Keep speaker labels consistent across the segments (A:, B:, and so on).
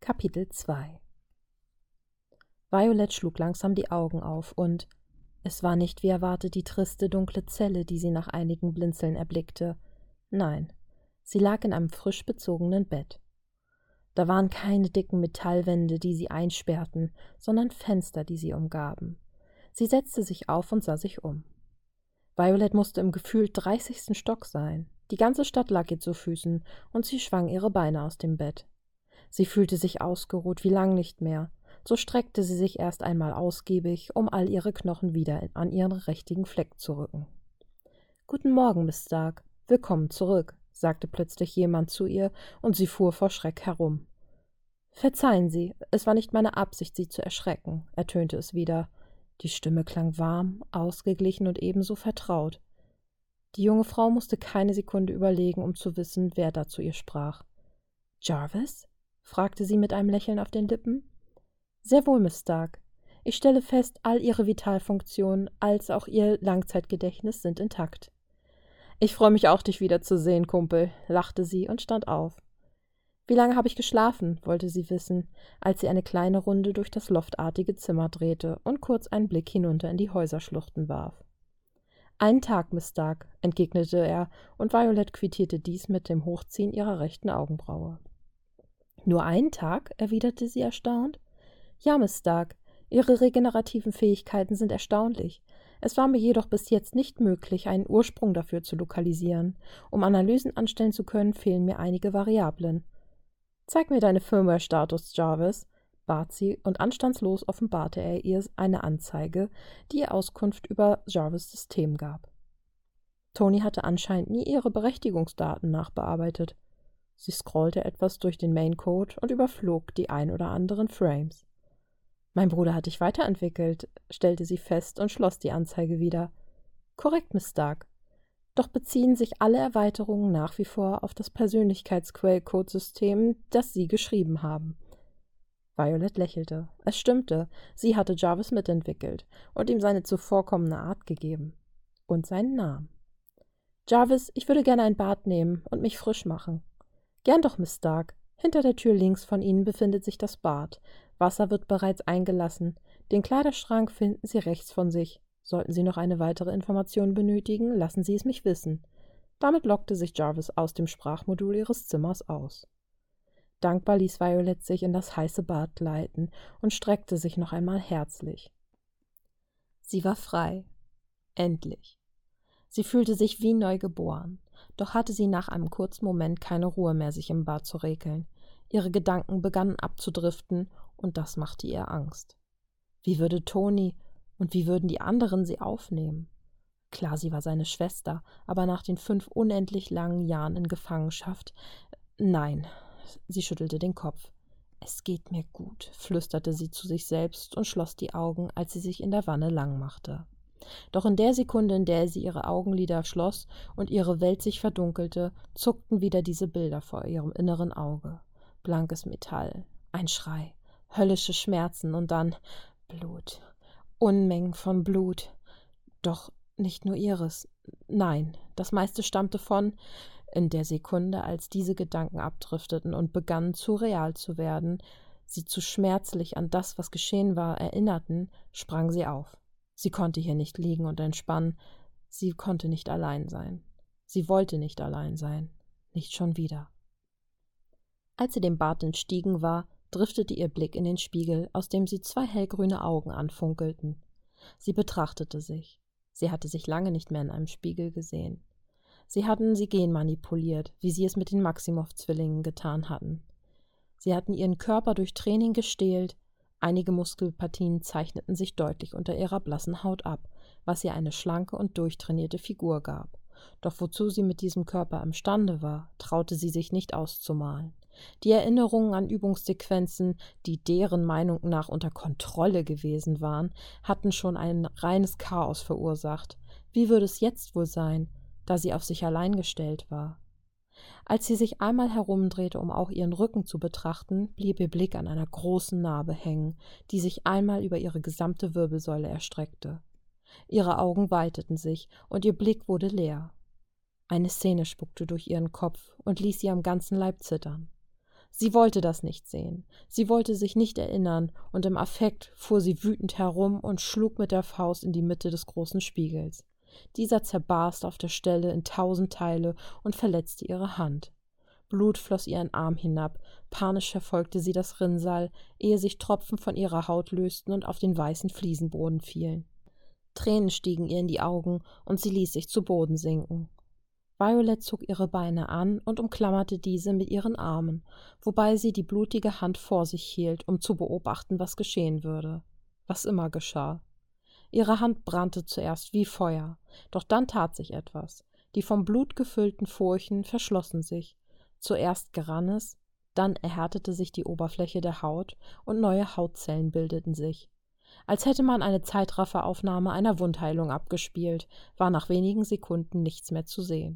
A: Kapitel 2 Violet schlug langsam die Augen auf und es war nicht wie erwartet die triste, dunkle Zelle, die sie nach einigen Blinzeln erblickte. Nein, sie lag in einem frisch bezogenen Bett. Da waren keine dicken Metallwände, die sie einsperrten, sondern Fenster, die sie umgaben. Sie setzte sich auf und sah sich um. Violet musste im gefühlt 30. Stock sein. Die ganze Stadt lag ihr zu Füßen, und sie schwang ihre Beine aus dem Bett. Sie fühlte sich ausgeruht wie lang nicht mehr. So streckte sie sich erst einmal ausgiebig, um all ihre Knochen wieder an ihren richtigen Fleck zu rücken. »Guten Morgen, Miss Stark. Willkommen zurück«, sagte plötzlich jemand zu ihr, und sie fuhr vor Schreck herum. »Verzeihen Sie, es war nicht meine Absicht, Sie zu erschrecken«, ertönte es wieder. Die Stimme klang warm, ausgeglichen und ebenso vertraut. Die junge Frau musste keine Sekunde überlegen, um zu wissen, wer da zu ihr sprach. »Jarvis?« fragte sie mit einem Lächeln auf den Lippen. »Sehr wohl, Miss Stark. Ich stelle fest, all Ihre Vitalfunktionen als auch Ihr Langzeitgedächtnis sind intakt.« »Ich freue mich auch, dich wiederzusehen, Kumpel«, lachte sie und stand auf. »Wie lange habe ich geschlafen?«, wollte sie wissen, als sie eine kleine Runde durch das loftartige Zimmer drehte und kurz einen Blick hinunter in die Häuserschluchten warf. »Einen Tag, Miss Stark«, entgegnete er, und Violet quittierte dies mit dem Hochziehen ihrer rechten Augenbraue. »Nur einen Tag?«, erwiderte sie erstaunt. »Ja, Miss Stark, Ihre regenerativen Fähigkeiten sind erstaunlich. Es war mir jedoch bis jetzt nicht möglich, einen Ursprung dafür zu lokalisieren. Um Analysen anstellen zu können, fehlen mir einige Variablen.« »Zeig mir deine Firmware-Status, Jarvis«, bat sie, und anstandslos offenbarte er ihr eine Anzeige, die ihr Auskunft über Jarvis' System gab. Toni hatte anscheinend nie ihre Berechtigungsdaten nachbearbeitet. Sie scrollte etwas durch den Maincode und überflog die ein oder anderen Frames. »Mein Bruder hat dich weiterentwickelt«, stellte sie fest und schloss die Anzeige wieder. »Korrekt, Miss Stark. Doch beziehen sich alle Erweiterungen nach wie vor auf das Persönlichkeitsquellcode-System, das Sie geschrieben haben.« Violet lächelte. Es stimmte, sie hatte Jarvis mitentwickelt und ihm seine zuvorkommende Art gegeben. Und seinen Namen. »Jarvis, ich würde gerne ein Bad nehmen und mich frisch machen.« »Gern doch, Miss Stark. Hinter der Tür links von Ihnen befindet sich das Bad. Wasser wird bereits eingelassen. Den Kleiderschrank finden Sie rechts von sich. Sollten Sie noch eine weitere Information benötigen, lassen Sie es mich wissen.« Damit lockte sich Jarvis aus dem Sprachmodul ihres Zimmers aus. Dankbar ließ Violet sich in das heiße Bad gleiten und streckte sich noch einmal herzlich. Sie war frei. Endlich. Sie fühlte sich wie neu geboren. Doch hatte sie nach einem kurzen Moment keine Ruhe mehr, sich im Bad zu räkeln. Ihre Gedanken begannen abzudriften, und das machte ihr Angst. Wie würde Toni und wie würden die anderen sie aufnehmen? Klar, sie war seine Schwester, aber nach den 5 unendlich langen Jahren in Gefangenschaft… Nein, sie schüttelte den Kopf. »Es geht mir gut«, flüsterte sie zu sich selbst und schloss die Augen, als sie sich in der Wanne lang machte. Doch in der Sekunde, in der sie ihre Augenlider schloss und ihre Welt sich verdunkelte, zuckten wieder diese Bilder vor ihrem inneren Auge. Blankes Metall, ein Schrei, höllische Schmerzen und dann Blut, Unmengen von Blut. Doch nicht nur ihres. Nein, das meiste stammte von… In der Sekunde, als diese Gedanken abdrifteten und begannen zu real zu werden, sie zu schmerzlich an das, was geschehen war, erinnerten, sprang sie auf. Sie konnte hier nicht liegen und entspannen. Sie konnte nicht allein sein. Sie wollte nicht allein sein. Nicht schon wieder. Als sie dem Bad entstiegen war, driftete ihr Blick in den Spiegel, aus dem sie 2 hellgrüne Augen anfunkelten. Sie betrachtete sich. Sie hatte sich lange nicht mehr in einem Spiegel gesehen. Sie hatten sie genmanipuliert, wie sie es mit den Maximoff-Zwillingen getan hatten. Sie hatten ihren Körper durch Training gestählt. Einige Muskelpartien zeichneten sich deutlich unter ihrer blassen Haut ab, was ihr eine schlanke und durchtrainierte Figur gab. Doch wozu sie mit diesem Körper imstande war, traute sie sich nicht auszumalen. Die Erinnerungen an Übungssequenzen, die deren Meinung nach unter Kontrolle gewesen waren, hatten schon ein reines Chaos verursacht. Wie würde es jetzt wohl sein, da sie auf sich allein gestellt war? Als sie sich einmal herumdrehte, um auch ihren Rücken zu betrachten, blieb ihr Blick an einer großen Narbe hängen, die sich einmal über ihre gesamte Wirbelsäule erstreckte. Ihre Augen weiteten sich, und ihr Blick wurde leer. Eine Szene spuckte durch ihren Kopf und ließ sie am ganzen Leib zittern. Sie wollte das nicht sehen. Sie wollte sich nicht erinnern, und im Affekt fuhr sie wütend herum und schlug mit der Faust in die Mitte des großen Spiegels. Dieser zerbarste auf der Stelle in 1000 Teile und verletzte ihre Hand. Blut floss ihren Arm hinab, panisch verfolgte sie das Rinnsal, ehe sich Tropfen von ihrer Haut lösten und auf den weißen Fliesenboden fielen. Tränen stiegen ihr in die Augen, und sie ließ sich zu Boden sinken. Violet zog ihre Beine an und umklammerte diese mit ihren Armen, wobei sie die blutige Hand vor sich hielt, um zu beobachten, was geschehen würde. Was immer geschah. Ihre Hand brannte zuerst wie Feuer, doch dann tat sich etwas. Die vom Blut gefüllten Furchen verschlossen sich. Zuerst gerann es, dann erhärtete sich die Oberfläche der Haut und neue Hautzellen bildeten sich. Als hätte man eine Zeitrafferaufnahme einer Wundheilung abgespielt, war nach wenigen Sekunden nichts mehr zu sehen.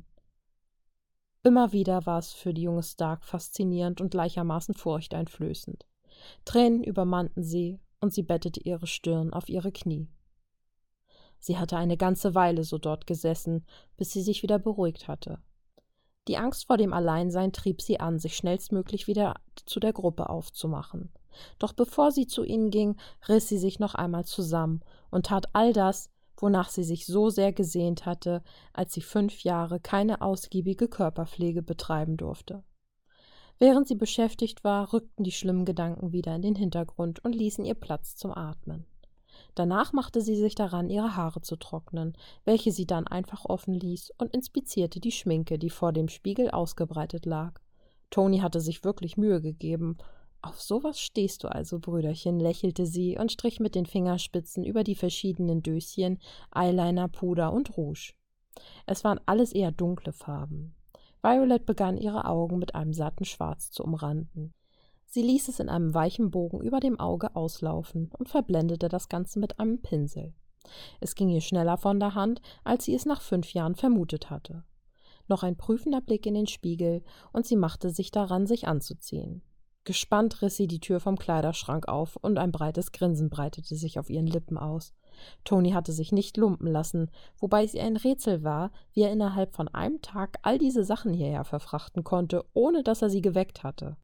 A: Immer wieder war es für die junge Stark faszinierend und gleichermaßen furchteinflößend. Tränen übermannten sie, und sie bettete ihre Stirn auf ihre Knie. Sie hatte eine ganze Weile so dort gesessen, bis sie sich wieder beruhigt hatte. Die Angst vor dem Alleinsein trieb sie an, sich schnellstmöglich wieder zu der Gruppe aufzumachen. Doch bevor sie zu ihnen ging, riss sie sich noch einmal zusammen und tat all das, wonach sie sich so sehr gesehnt hatte, als sie 5 Jahre keine ausgiebige Körperpflege betreiben durfte. Während sie beschäftigt war, rückten die schlimmen Gedanken wieder in den Hintergrund und ließen ihr Platz zum Atmen. Danach machte sie sich daran, ihre Haare zu trocknen, welche sie dann einfach offen ließ, und inspizierte die Schminke, die vor dem Spiegel ausgebreitet lag. Toni hatte sich wirklich Mühe gegeben. »Auf sowas stehst du also, Brüderchen«, lächelte sie und strich mit den Fingerspitzen über die verschiedenen Döschen, Eyeliner, Puder und Rouge. Es waren alles eher dunkle Farben. Violet begann, ihre Augen mit einem satten Schwarz zu umranden. Sie ließ es in einem weichen Bogen über dem Auge auslaufen und verblendete das Ganze mit einem Pinsel. Es ging ihr schneller von der Hand, als sie es nach 5 Jahren vermutet hatte. Noch ein prüfender Blick in den Spiegel, und sie machte sich daran, sich anzuziehen. Gespannt riss sie die Tür vom Kleiderschrank auf, und ein breites Grinsen breitete sich auf ihren Lippen aus. Toni hatte sich nicht lumpen lassen, wobei es ihr ein Rätsel war, wie er innerhalb von einem Tag all diese Sachen hierher verfrachten konnte, ohne dass er sie geweckt hatte.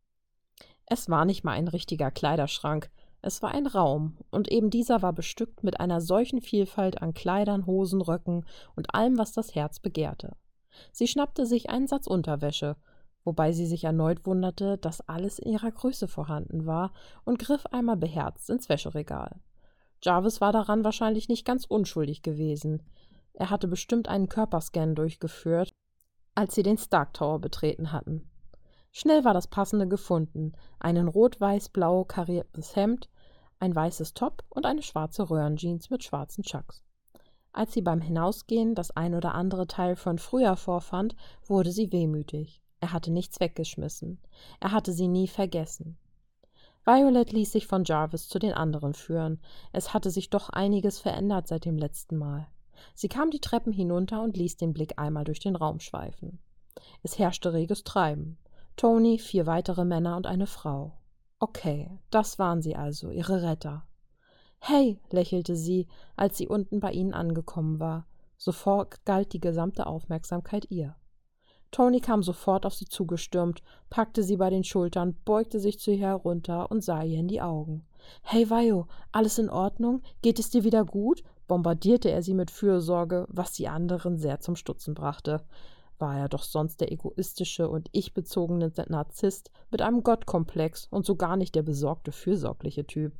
A: Es war nicht mal ein richtiger Kleiderschrank, es war ein Raum, und eben dieser war bestückt mit einer solchen Vielfalt an Kleidern, Hosen, Röcken und allem, was das Herz begehrte. Sie schnappte sich einen Satz Unterwäsche, wobei sie sich erneut wunderte, dass alles in ihrer Größe vorhanden war, und griff einmal beherzt ins Wäscheregal. Jarvis war daran wahrscheinlich nicht ganz unschuldig gewesen. Er hatte bestimmt einen Körperscan durchgeführt, als sie den Stark Tower betreten hatten. Schnell war das Passende gefunden: einen rot-weiß-blau kariertes Hemd, ein weißes Top und eine schwarze Röhrenjeans mit schwarzen Chucks. Als sie beim Hinausgehen das ein oder andere Teil von früher vorfand, wurde sie wehmütig. Er hatte nichts weggeschmissen. Er hatte sie nie vergessen. Violet ließ sich von Jarvis zu den anderen führen. Es hatte sich doch einiges verändert seit dem letzten Mal. Sie kam die Treppen hinunter und ließ den Blick einmal durch den Raum schweifen. Es herrschte reges Treiben. Toni, 4 weitere Männer und eine Frau. Okay, das waren sie also, ihre Retter. »Hey«, lächelte sie, als sie unten bei ihnen angekommen war. Sofort galt die gesamte Aufmerksamkeit ihr. Toni kam sofort auf sie zugestürmt, packte sie bei den Schultern, beugte sich zu ihr herunter und sah ihr in die Augen. »Hey Vio, alles in Ordnung? Geht es dir wieder gut?« bombardierte er sie mit Fürsorge, was die anderen sehr zum Stutzen brachte. War er doch sonst der egoistische und ich-bezogene Narzisst mit einem Gottkomplex und so gar nicht der besorgte, fürsorgliche Typ.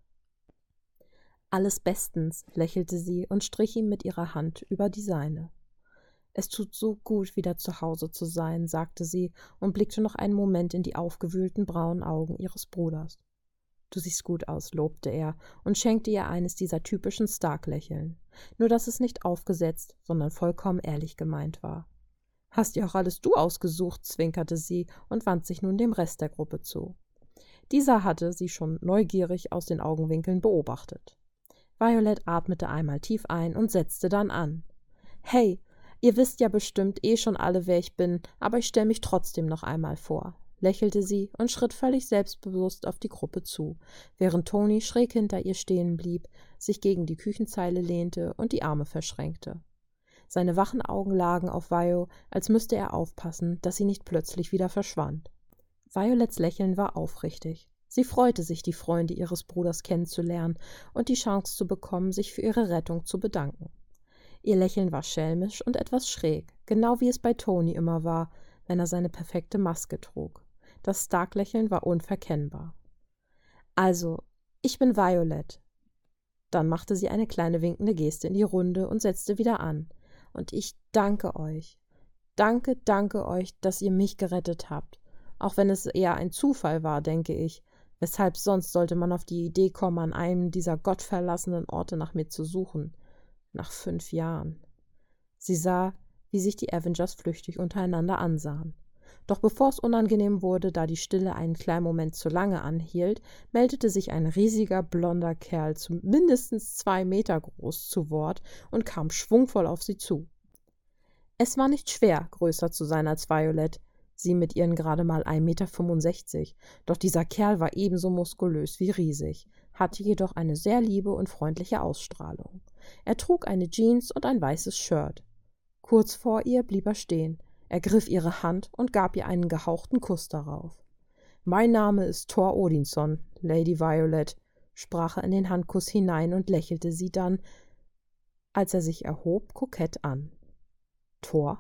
A: »Alles bestens«, lächelte sie und strich ihm mit ihrer Hand über die seine. »Es tut so gut, wieder zu Hause zu sein«, sagte sie und blickte noch einen Moment in die aufgewühlten braunen Augen ihres Bruders. »Du siehst gut aus«, lobte er und schenkte ihr eines dieser typischen Stark-Lächeln, nur dass es nicht aufgesetzt, sondern vollkommen ehrlich gemeint war. »Hast ja auch alles du ausgesucht«, zwinkerte sie und wandte sich nun dem Rest der Gruppe zu. Dieser hatte sie schon neugierig aus den Augenwinkeln beobachtet. Violet atmete einmal tief ein und setzte dann an. »Hey, ihr wisst ja bestimmt schon alle, wer ich bin, aber ich stelle mich trotzdem noch einmal vor«, lächelte sie und schritt völlig selbstbewusst auf die Gruppe zu, während Toni schräg hinter ihr stehen blieb, sich gegen die Küchenzeile lehnte und die Arme verschränkte. Seine wachen Augen lagen auf Vio, als müsste er aufpassen, dass sie nicht plötzlich wieder verschwand. Violets Lächeln war aufrichtig. Sie freute sich, die Freunde ihres Bruders kennenzulernen und die Chance zu bekommen, sich für ihre Rettung zu bedanken. Ihr Lächeln war schelmisch und etwas schräg, genau wie es bei Tony immer war, wenn er seine perfekte Maske trug. Das Stark-Lächeln war unverkennbar. »Also, ich bin Violet.« Dann machte sie eine kleine winkende Geste in die Runde und setzte wieder an. »Und ich danke euch. Danke euch, dass ihr mich gerettet habt. Auch wenn es eher ein Zufall war, denke ich. Weshalb sonst sollte man auf die Idee kommen, an einem dieser gottverlassenen Orte nach mir zu suchen? Nach 5 Jahren.« Sie sah, wie sich die Avengers flüchtig untereinander ansahen. Doch bevor es unangenehm wurde, da die Stille einen kleinen Moment zu lange anhielt, meldete sich ein riesiger, blonder Kerl, mindestens 2 Meter groß, zu Wort und kam schwungvoll auf sie zu. Es war nicht schwer, größer zu sein als Violet, sie mit ihren gerade mal 1,65 Meter, doch dieser Kerl war ebenso muskulös wie riesig, hatte jedoch eine sehr liebe und freundliche Ausstrahlung. Er trug eine Jeans und ein weißes Shirt. Kurz vor ihr blieb er stehen, ergriff ihre Hand und gab ihr einen gehauchten Kuss darauf. »Mein Name ist Thor Odinson, Lady Violet«, sprach er in den Handkuss hinein und lächelte sie dann, als er sich erhob, kokett an. »Thor?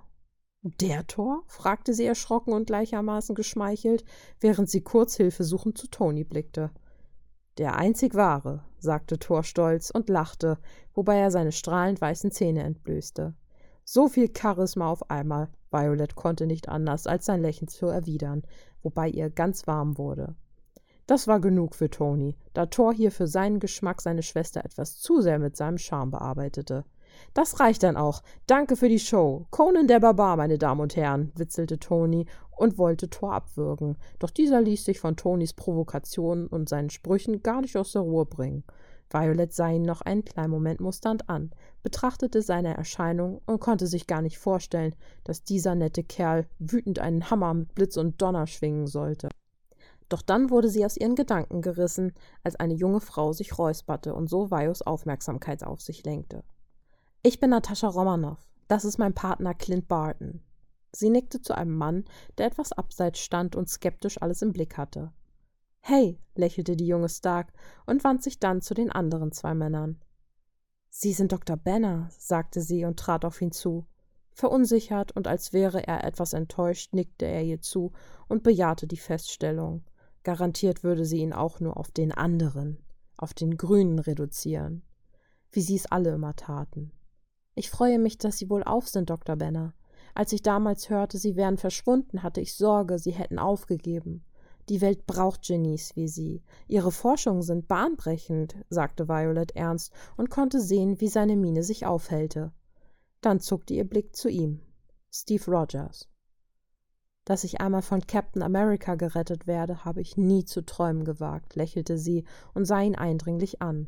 A: Der Thor?« fragte sie erschrocken und gleichermaßen geschmeichelt, während sie kurz hilfesuchend zu Tony blickte. »Der einzig wahre«, sagte Thor stolz und lachte, wobei er seine strahlend weißen Zähne entblößte. So viel Charisma auf einmal, Violet konnte nicht anders, als sein Lächeln zu erwidern, wobei ihr ganz warm wurde. Das war genug für Tony, da Thor hier für seinen Geschmack seine Schwester etwas zu sehr mit seinem Charme bearbeitete. »Das reicht dann auch. Danke für die Show. Conan der Barbar, meine Damen und Herren«, witzelte Tony und wollte Thor abwürgen, doch dieser ließ sich von Tonys Provokationen und seinen Sprüchen gar nicht aus der Ruhe bringen. Violet sah ihn noch einen kleinen Moment musternd an, betrachtete seine Erscheinung und konnte sich gar nicht vorstellen, dass dieser nette Kerl wütend einen Hammer mit Blitz und Donner schwingen sollte. Doch dann wurde sie aus ihren Gedanken gerissen, als eine junge Frau sich räusperte und so Vios Aufmerksamkeit auf sich lenkte. »Ich bin Natascha Romanoff. Das ist mein Partner Clint Barton.« Sie nickte zu einem Mann, der etwas abseits stand und skeptisch alles im Blick hatte. »Hey«, lächelte die junge Stark und wandte sich dann zu den anderen 2 Männern. »Sie sind Dr. Banner«, sagte sie und trat auf ihn zu. Verunsichert und als wäre er etwas enttäuscht, nickte er ihr zu und bejahte die Feststellung. Garantiert würde sie ihn auch nur auf den anderen, auf den Grünen reduzieren, wie sie es alle immer taten. »Ich freue mich, dass Sie wohlauf sind, Dr. Banner. Als ich damals hörte, Sie wären verschwunden, hatte ich Sorge, Sie hätten aufgegeben. Die Welt braucht Genies wie Sie. Ihre Forschungen sind bahnbrechend«, sagte Violet ernst und konnte sehen, wie seine Miene sich aufhellte. Dann zuckte ihr Blick zu ihm. Steve Rogers. »Dass ich einmal von Captain America gerettet werde, habe ich nie zu träumen gewagt«, lächelte sie und sah ihn eindringlich an.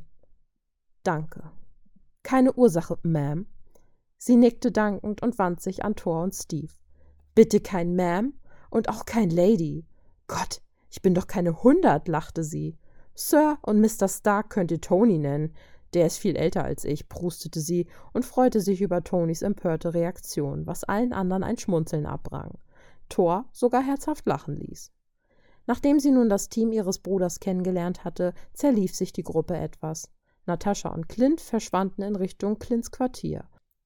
A: »Danke.« »Keine Ursache, Ma'am.« Sie nickte dankend und wandte sich an Thor und Steve. »Bitte kein Ma'am und auch kein Lady. Gott, ich bin doch keine 100«, lachte sie. »Sir und Mr. Stark könnt ihr Tony nennen. Der ist viel älter als ich«, prustete sie und freute sich über Tonys empörte Reaktion, was allen anderen ein Schmunzeln abrang. Thor sogar herzhaft lachen ließ. Nachdem sie nun das Team ihres Bruders kennengelernt hatte, zerlief sich die Gruppe etwas. Natascha und Clint verschwanden in Richtung Clints Quartier.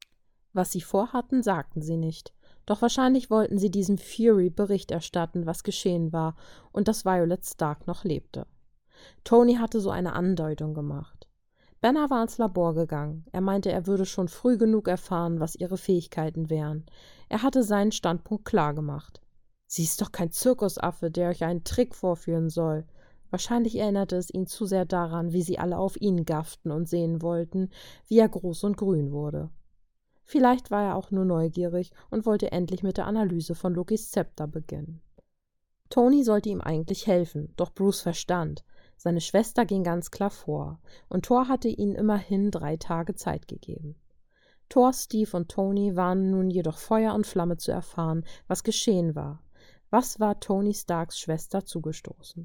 A: Was sie vorhatten, sagten sie nicht. Doch wahrscheinlich wollten sie diesem Fury Bericht erstatten, was geschehen war und dass Violet Stark noch lebte. Tony hatte so eine Andeutung gemacht. Banner war ins Labor gegangen. Er meinte, er würde schon früh genug erfahren, was ihre Fähigkeiten wären. Er hatte seinen Standpunkt klar gemacht. »Sie ist doch kein Zirkusaffe, der euch einen Trick vorführen soll.« Wahrscheinlich erinnerte es ihn zu sehr daran, wie sie alle auf ihn gafften und sehen wollten, wie er groß und grün wurde. Vielleicht war er auch nur neugierig und wollte endlich mit der Analyse von Lokis Zepter beginnen. Tony sollte ihm eigentlich helfen, doch Bruce verstand. Seine Schwester ging ganz klar vor, und Thor hatte ihnen immerhin 3 Tage Zeit gegeben. Thor, Steve und Tony waren nun jedoch Feuer und Flamme zu erfahren, was geschehen war. Was war Tony Starks Schwester zugestoßen?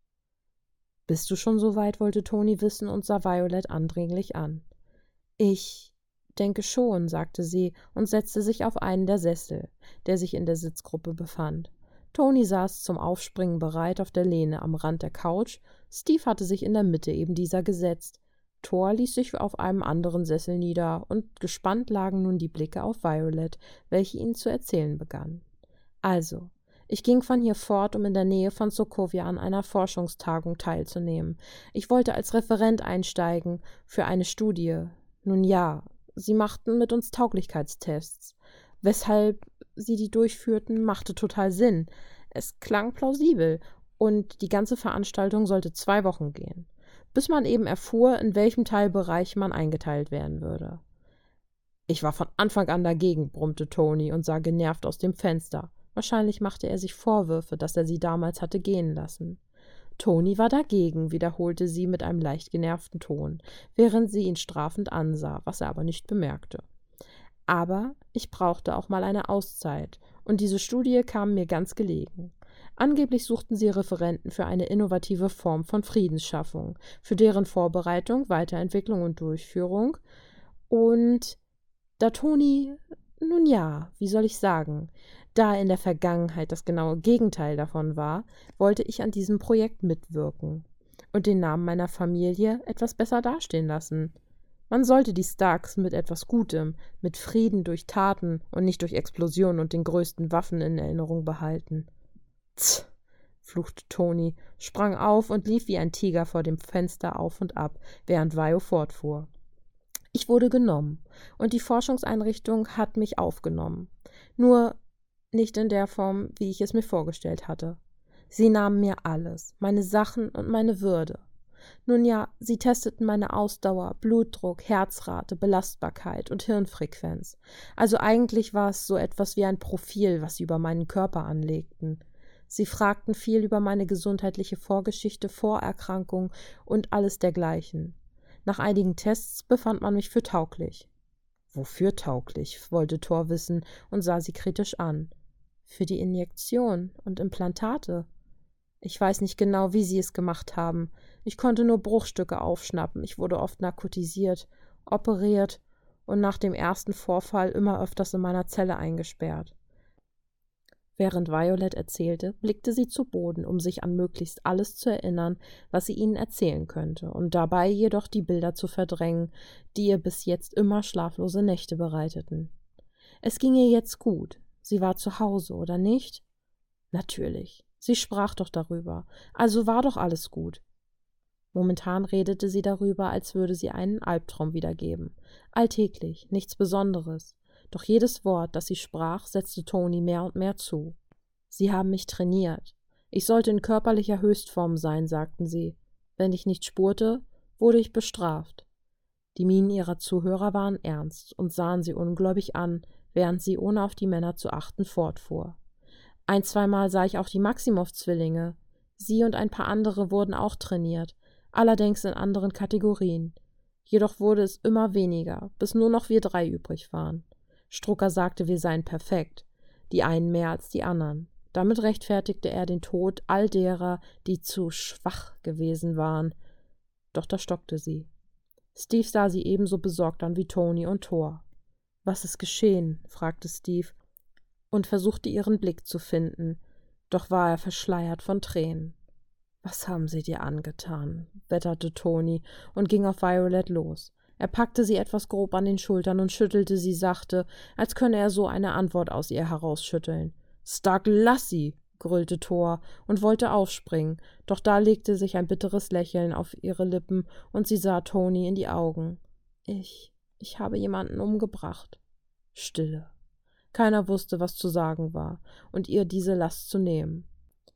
A: »Bist du schon so weit?«, wollte Tony wissen und sah Violet andringlich an. »Ich denke schon«, sagte sie und setzte sich auf einen der Sessel, der sich in der Sitzgruppe befand. Toni saß zum Aufspringen bereit auf der Lehne am Rand der Couch. Steve hatte sich in der Mitte eben dieser gesetzt. Thor ließ sich auf einem anderen Sessel nieder, und gespannt lagen nun die Blicke auf Violet, welche ihnen zu erzählen begann. Also, ich ging von hier fort, um in der Nähe von Sokovia an einer Forschungstagung teilzunehmen. Ich wollte als Referent einsteigen für eine Studie. Nun ja, sie machten mit uns Tauglichkeitstests. Weshalb sie die durchführten, machte total Sinn. Es klang plausibel, und die ganze Veranstaltung sollte 2 Wochen gehen, bis man eben erfuhr, in welchem Teilbereich man eingeteilt werden würde. Ich war von Anfang an dagegen, brummte Toni und sah genervt aus dem Fenster. Wahrscheinlich machte er sich Vorwürfe, dass er sie damals hatte gehen lassen. Toni war dagegen, wiederholte sie mit einem leicht genervten Ton, während sie ihn strafend ansah, was er aber nicht bemerkte. Aber ich brauchte auch mal eine Auszeit, und diese Studie kam mir ganz gelegen. Angeblich suchten sie Referenten für eine innovative Form von Friedensschaffung, für deren Vorbereitung, Weiterentwicklung und Durchführung. Und da Toni, nun ja, wie soll ich sagen, da in der Vergangenheit das genaue Gegenteil davon war, wollte ich an diesem Projekt mitwirken und den Namen meiner Familie etwas besser dastehen lassen. Man sollte die Starks mit etwas Gutem, mit Frieden durch Taten und nicht durch Explosionen und den größten Waffen in Erinnerung behalten. Tsch, fluchte Toni, sprang auf und lief wie ein Tiger vor dem Fenster auf und ab, während Vio fortfuhr. Ich wurde genommen, und die Forschungseinrichtung hat mich aufgenommen. Nur nicht in der Form, wie ich es mir vorgestellt hatte. Sie nahmen mir alles, meine Sachen und meine Würde. Nun ja, sie testeten meine Ausdauer, Blutdruck, Herzrate, Belastbarkeit und Hirnfrequenz. Also eigentlich war es so etwas wie ein Profil, was sie über meinen Körper anlegten. Sie fragten viel über meine gesundheitliche Vorgeschichte, Vorerkrankung und alles dergleichen. Nach einigen Tests befand man mich für tauglich. Wofür tauglich? Wollte Thor wissen und sah sie kritisch an. Für die Injektion und Implantate. Ich weiß nicht genau, wie sie es gemacht haben. Ich konnte nur Bruchstücke aufschnappen. Ich wurde oft narkotisiert, operiert und nach dem ersten Vorfall immer öfters in meiner Zelle eingesperrt. Während Violet erzählte, blickte sie zu Boden, um sich an möglichst alles zu erinnern, was sie ihnen erzählen könnte, und dabei jedoch die Bilder zu verdrängen, die ihr bis jetzt immer schlaflose Nächte bereiteten. Es ging ihr jetzt gut. Sie war zu Hause, oder nicht? Natürlich. Sie sprach doch darüber. Also war doch alles gut. Momentan redete sie darüber, als würde sie einen Albtraum wiedergeben. Alltäglich, nichts Besonderes. Doch jedes Wort, das sie sprach, setzte Toni mehr und mehr zu. Sie haben mich trainiert. Ich sollte in körperlicher Höchstform sein, sagten sie. Wenn ich nicht spurte, wurde ich bestraft. Die Mienen ihrer Zuhörer waren ernst und sahen sie ungläubig an, während sie, ohne auf die Männer zu achten, fortfuhr. 1-2 Mal sah ich auch die Maximow-Zwillinge. Sie und ein paar andere wurden auch trainiert, allerdings in anderen Kategorien. Jedoch wurde es immer weniger, bis nur noch wir 3 übrig waren. Strucker sagte, wir seien perfekt, die einen mehr als die anderen. Damit rechtfertigte er den Tod all derer, die zu schwach gewesen waren. Doch da stockte sie. Steve sah sie ebenso besorgt an wie Toni und Thor. »Was ist geschehen?« fragte Steve und versuchte, ihren Blick zu finden, doch war er verschleiert von Tränen. »Was haben sie dir angetan?« wetterte Toni und ging auf Violet los. Er packte sie etwas grob an den Schultern und schüttelte sie sachte, als könne er so eine Antwort aus ihr herausschütteln. »Stark, lass sie!« grüllte Thor und wollte aufspringen, doch da legte sich ein bitteres Lächeln auf ihre Lippen und sie sah Toni in die Augen. Ich habe jemanden umgebracht. Stille. Keiner wusste, was zu sagen war, und ihr diese Last zu nehmen.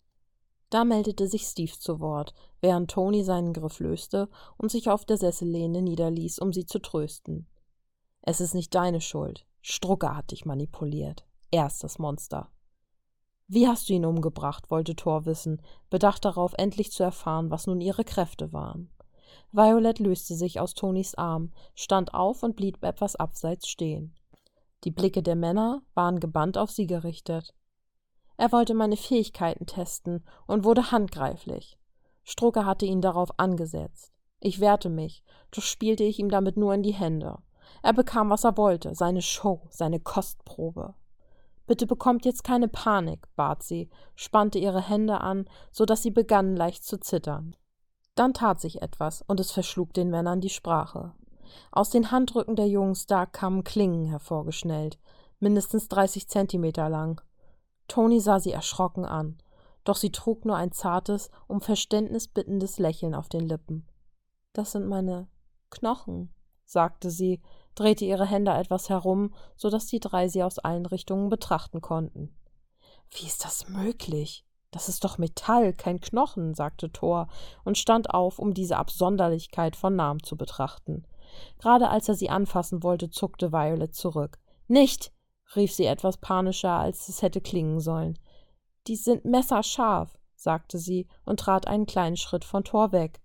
A: Da meldete sich Steve zu Wort, während Toni seinen Griff löste und sich auf der Sessellehne niederließ, um sie zu trösten. »Es ist nicht deine Schuld. Strucker hat dich manipuliert. Er ist das Monster.« »Wie hast du ihn umgebracht?« wollte Thor wissen, bedacht darauf, endlich zu erfahren, was nun ihre Kräfte waren. Violet löste sich aus Tonis Arm, stand auf und blieb etwas abseits stehen. Die Blicke der Männer waren gebannt auf sie gerichtet. Er wollte meine Fähigkeiten testen und wurde handgreiflich. Strucker hatte ihn darauf angesetzt. Ich wehrte mich, doch spielte ich ihm damit nur in die Hände. Er bekam, was er wollte, seine Show, seine Kostprobe. »Bitte bekommt jetzt keine Panik«, bat sie, spannte ihre Hände an, so dass sie begannen leicht zu zittern. Dann tat sich etwas, und es verschlug den Männern die Sprache. Aus den Handrücken der jungen Stark kamen Klingen hervorgeschnellt, mindestens 30 Zentimeter lang. Toni sah sie erschrocken an, doch sie trug nur ein zartes, um Verständnis bittendes Lächeln auf den Lippen. »Das sind meine Knochen«, sagte sie, drehte ihre Hände etwas herum, so dass die drei sie aus allen Richtungen betrachten konnten. »Wie ist das möglich? Das ist doch Metall, kein Knochen«, sagte Thor und stand auf, um diese Absonderlichkeit von nahem zu betrachten. Gerade als er sie anfassen wollte, zuckte Violet zurück. »Nicht«, rief sie etwas panischer, als es hätte klingen sollen. »Die sind messerscharf«, sagte sie und trat einen kleinen Schritt von Thor weg.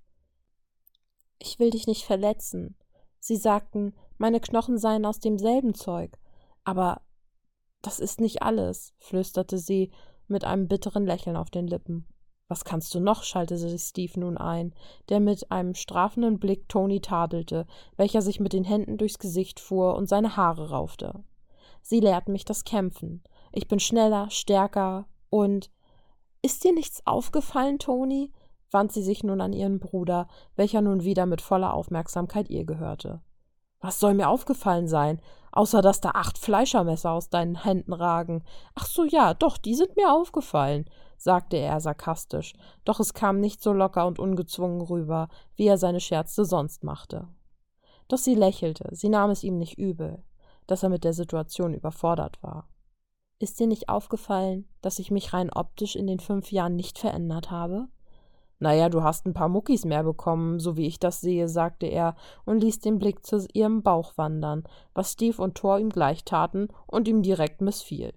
A: »Ich will dich nicht verletzen. Sie sagten, meine Knochen seien aus demselben Zeug. Aber das ist nicht alles«, flüsterte sie mit einem bitteren Lächeln auf den Lippen. »Was kannst du noch?«, schaltete sich Steve nun ein, der mit einem strafenden Blick Toni tadelte, welcher sich mit den Händen durchs Gesicht fuhr und seine Haare raufte. »Sie lehrten mich das Kämpfen. Ich bin schneller, stärker und... Ist dir nichts aufgefallen, Toni?«, wandte sie sich nun an ihren Bruder, welcher nun wieder mit voller Aufmerksamkeit ihr gehörte. »Was soll mir aufgefallen sein, außer dass da 8 Fleischermesser aus deinen Händen ragen? Ach so, ja, doch, die sind mir aufgefallen«, sagte er sarkastisch, doch es kam nicht so locker und ungezwungen rüber, wie er seine Scherze sonst machte. Doch sie lächelte, sie nahm es ihm nicht übel, dass er mit der Situation überfordert war. »Ist dir nicht aufgefallen, dass ich mich rein optisch in den 5 Jahren nicht verändert habe?« »Naja, du hast ein paar Muckis mehr bekommen, so wie ich das sehe«, sagte er und ließ den Blick zu ihrem Bauch wandern, was Steve und Thor ihm gleich taten und ihm direkt missfiel.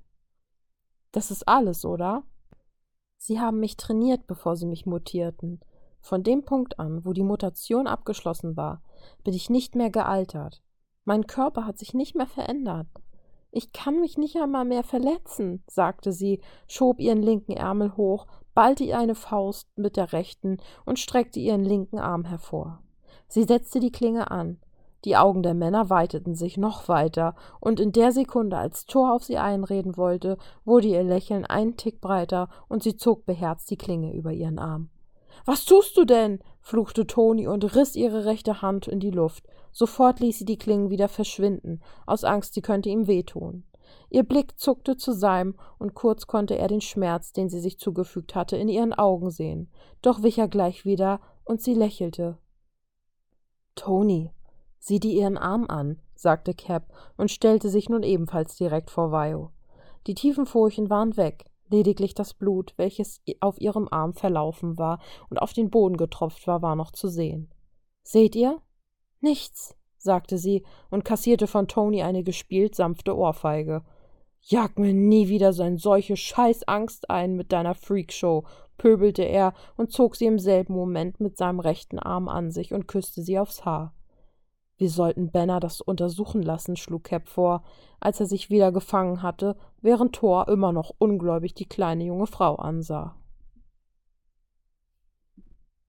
A: »Das ist alles, oder?« »Sie haben mich trainiert, bevor sie mich mutierten. Von dem Punkt an, wo die Mutation abgeschlossen war, bin ich nicht mehr gealtert. Mein Körper hat sich nicht mehr verändert. Ich kann mich nicht einmal mehr verletzen«, sagte sie, schob ihren linken Ärmel hoch, ballte eine Faust mit der rechten und streckte ihren linken Arm hervor. Sie setzte die Klinge an. Die Augen der Männer weiteten sich noch weiter, und in der Sekunde, als Thor auf sie einreden wollte, wurde ihr Lächeln einen Tick breiter und sie zog beherzt die Klinge über ihren Arm. »Was tust du denn?«, fluchte Toni und riss ihre rechte Hand in die Luft. Sofort ließ sie die Klingen wieder verschwinden, aus Angst, sie könnte ihm wehtun. Ihr Blick zuckte zu seinem, und kurz konnte er den Schmerz, den sie sich zugefügt hatte, in ihren Augen sehen. Doch wich er gleich wieder, und sie lächelte. »Toni, sieh dir ihren Arm an«, sagte Cap und stellte sich nun ebenfalls direkt vor Vio. Die tiefen Furchen waren weg, lediglich das Blut, welches auf ihrem Arm verlaufen war und auf den Boden getropft war noch zu sehen. »Seht ihr?« »Nichts«, sagte sie und kassierte von Toni eine gespielt sanfte Ohrfeige. »Jag mir nie wieder so eine solche Scheißangst ein mit deiner Freakshow«, pöbelte er und zog sie im selben Moment mit seinem rechten Arm an sich und küsste sie aufs Haar. »Wir sollten Banner das untersuchen lassen«, schlug Cap vor, als er sich wieder gefangen hatte, während Thor immer noch ungläubig die kleine junge Frau ansah.